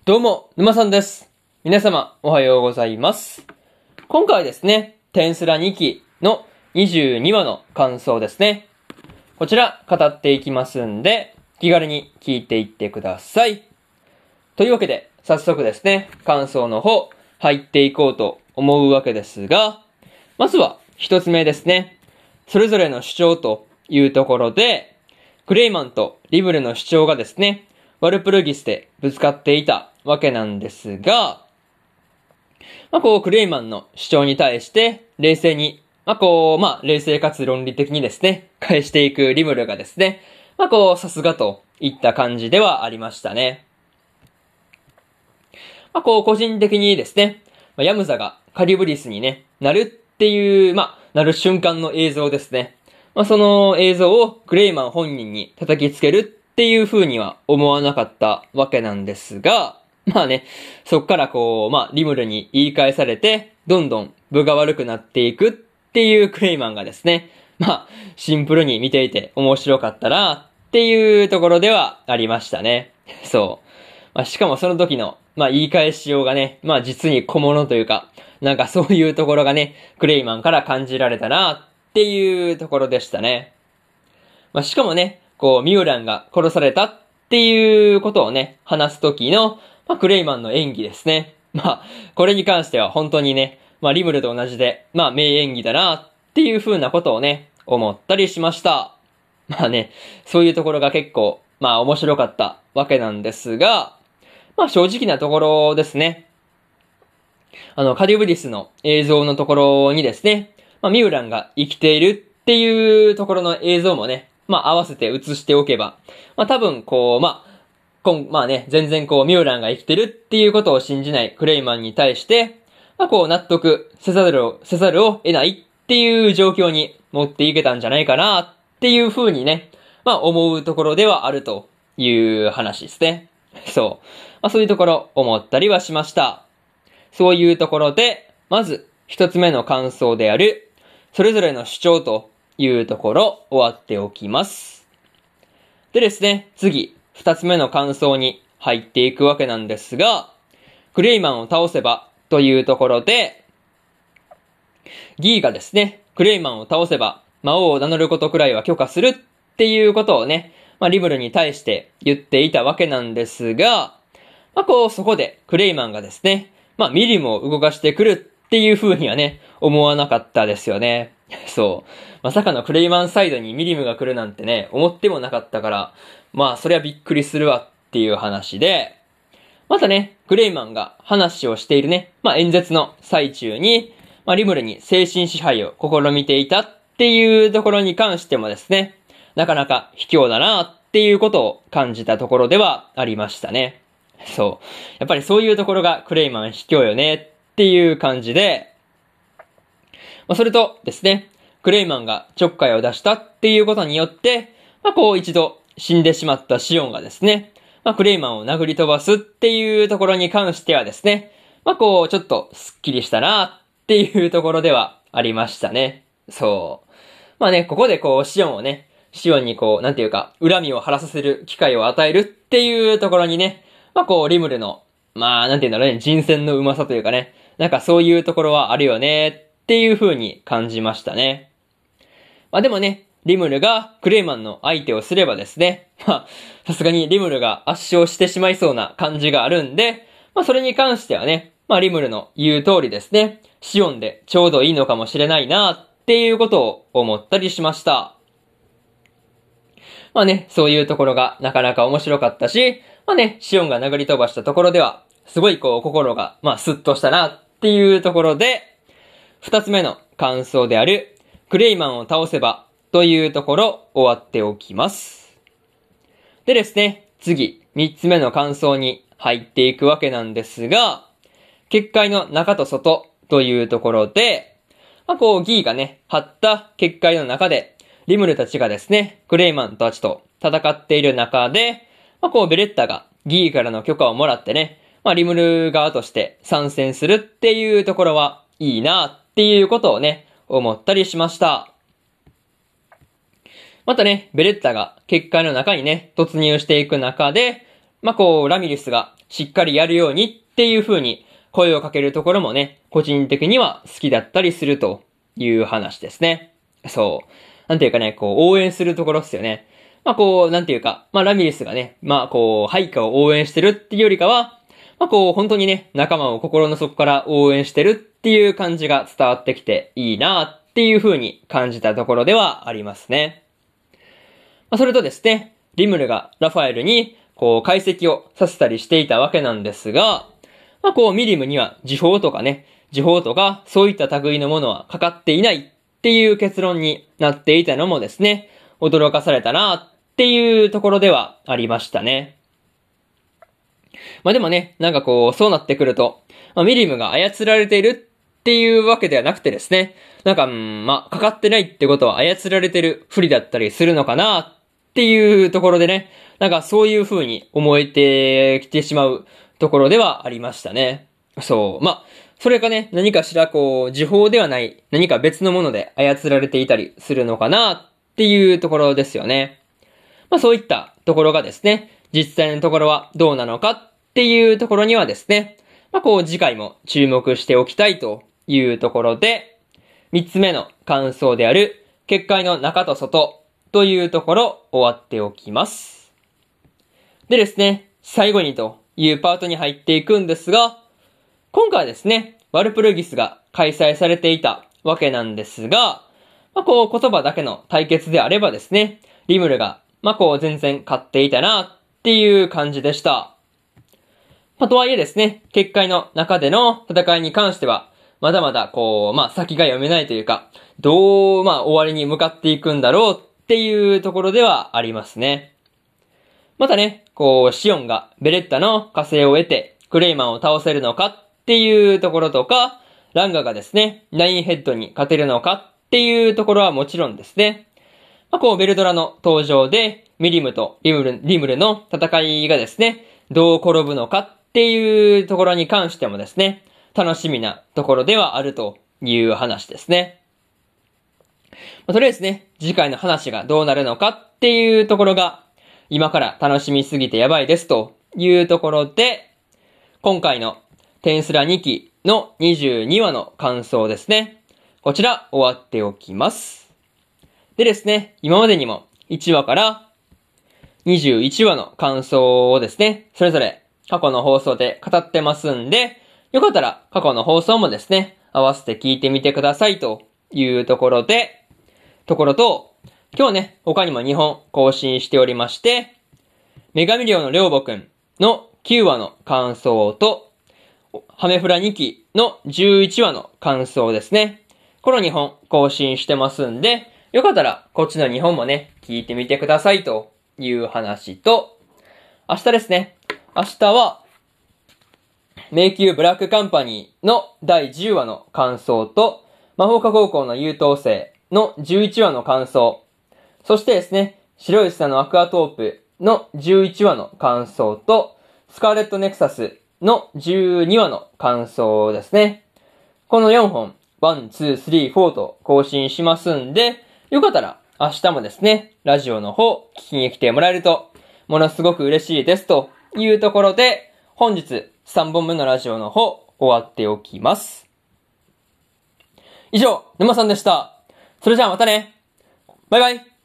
どうも、沼さんです。皆様、おはようございます。今回はですね、テンスラ2期の22話の感想ですね。こちら、語っていきますんで、気軽に聞いていってください。というわけで、早速ですね、感想の方、入っていこうと思うわけですが、まずは、一つ目ですね。それぞれの主張というところで、クレイマンとリムルの主張がですね、ワルプルギスでぶつかっていたわけなんですが、クレイマンの主張に対して、冷静に、冷静かつ論理的にですね、返していくリムルがですね、さすがといった感じではありましたね。個人的にですね、ヤムザがカリブリスにね、なるっていう、なる瞬間の映像ですね。その映像をクレイマン本人に叩きつけるっていう風には思わなかったわけなんですが、そっからリムルに言い返されて、どんどん分が悪くなっていくっていうクレイマンがですね、シンプルに見ていて面白かったなっていうところではありましたね。そう。しかもその時の、言い返しようがね、実に小物というか、そういうところがね、クレイマンから感じられたなっていうところでしたね。しかもね、ミューランが殺されたっていうことをね、話す時の、クレイマンの演技ですね。これに関しては本当にね、リムルと同じで、名演技だなっていう風なことをね、思ったりしました。そういうところが結構、面白かったわけなんですが、正直なところですね。カリブリスの映像のところにですね、ミューランが生きているっていうところの映像もね、合わせて映しておけば、多分全然ミューランが生きてるっていうことを信じないクレイマンに対して、納得せざるを得ないっていう状況に持っていけたんじゃないかなっていう風にね、思うところではあるという話ですね。そう。そういうところ思ったりはしました。そういうところで、まず一つ目の感想である、それぞれの主張というところ終わっておきます。でですね、次、二つ目の感想に入っていくわけなんですが、クレイマンを倒せばというところで、ギーがですね、クレイマンを倒せば魔王を名乗ることくらいは許可するっていうことをね、リムルに対して言っていたわけなんですが、そこでクレイマンがですね、ミリムを動かしてくるっていう風にはね、思わなかったですよね。そう。まさかのクレイマンサイドにミリムが来るなんてね、思ってもなかったから、そりゃびっくりするわっていう話で、またね、クレイマンが話をしているね、演説の最中に、リムルに精神支配を試みていたっていうところに関してもですね、なかなか卑怯だなっていうことを感じたところではありましたね。そう。やっぱりそういうところがクレイマン卑怯よねっていう感じで、それとですね、クレイマンがちょっかいを出したっていうことによって、一度死んでしまったシオンがですね、クレイマンを殴り飛ばすっていうところに関してはですね、ちょっとスッキリしたなっていうところではありましたね。そう。ここでシオンに恨みを晴らさせる機会を与えるっていうところにね、リムルの、人選のうまさというかね、そういうところはあるよねっていう風に感じましたね。でもね、リムルがクレイマンの相手をすればですね、さすがにリムルが圧勝してしまいそうな感じがあるんで、それに関してはね、リムルの言う通りですね、シオンでちょうどいいのかもしれないなっていうことを思ったりしました。そういうところがなかなか面白かったし、シオンが殴り飛ばしたところでは、すごい心が、スッとしたなっていうところで、二つ目の感想である、クレイマンを倒せば、というところ終わっておきます。でですね、次、三つ目の感想に入っていくわけなんですが、結界の中と外というところで、ギーがね、張った結界の中で、リムルたちがですね、クレイマンたちと戦っている中で、ベレッタがギーからの許可をもらってね、リムル側として参戦するっていうところはいいなっていうことをね、思ったりしました。またね、ベレッタが結界の中にね、突入していく中で、 ラミレスがしっかりやるようにっていう風に声をかけるところもね、個人的には好きだったりするという話ですね。そう。なんていうかね、応援するところっすよね。なんていうか、ラミレスがね、配下を応援してるっていうよりかは、本当にね、仲間を心の底から応援してるっていう感じが伝わってきていいなっていう風に感じたところではありますね。それとですね、リムルがラファエルに、解析をさせたりしていたわけなんですが、ミリムには時報とかそういった類のものはかかっていないっていう結論になっていたのもですね、驚かされたなっていうところではありましたね。でもね、そうなってくると、ミリムが操られているっていうわけではなくてですね、かかってないってことは操られてる不利だったりするのかなっていうところでね、そういう風に思えてきてしまうところではありましたね。そう。それかね、何かしら時報ではない何か別のもので操られていたりするのかなっていうところですよね。そういったところがですね、実際のところはどうなのかっていうところにはですね、次回も注目しておきたいというところで、3つ目の感想である、結界の中と外というところ終わっておきます。でですね、最後にというパートに入っていくんですが、今回はですね、ワルプルギスが開催されていたわけなんですが、言葉だけの対決であればですね、リムルが、全然勝っていたなっていう感じでした。とはいえですね、結界の中での戦いに関しては、まだまだ先が読めないというか、どう、終わりに向かっていくんだろうっていうところではありますね。またね、シオンがベレッタの加勢を得て、クレイマンを倒せるのかっていうところとか、ランガがですね、ナインヘッドに勝てるのかっていうところはもちろんですね。ベルドラの登場で、ミリムとリムルの戦いがですね、どう転ぶのかっていうところに関してもですね、楽しみなところではあるという話ですね。とりあえずね、次回の話がどうなるのかっていうところが、今から楽しみすぎてやばいですというところで、今回のテンスラ2期の22話の感想ですね。こちら終わっておきます。でですね、今までにも1話から21話の感想をですね、それぞれ過去の放送で語ってますんで、よかったら過去の放送もですね、合わせて聞いてみてくださいというところと、今日ね、他にも2本更新しておりまして、女神寮の寮母くんの9話の感想と、ハメフラ2期の11話の感想ですね。この2本更新してますんで、よかったらこっちの2本もね、聞いてみてくださいという話と、明日ですね。明日は、迷宮ブラックカンパニーの第10話の感想と、魔法科高校の優等生の11話の感想、そしてですね、白い砂のアクアトープの11話の感想と、スカーレットネクサスの12話の感想ですね。この4本、1、2、3、4と更新しますんで、よかったら明日もですね、ラジオの方聞きに来てもらえると、ものすごく嬉しいですというところで、本日3本目のラジオの方終わっておきます。以上、沼さんでした。それじゃあまたね。バイバイ。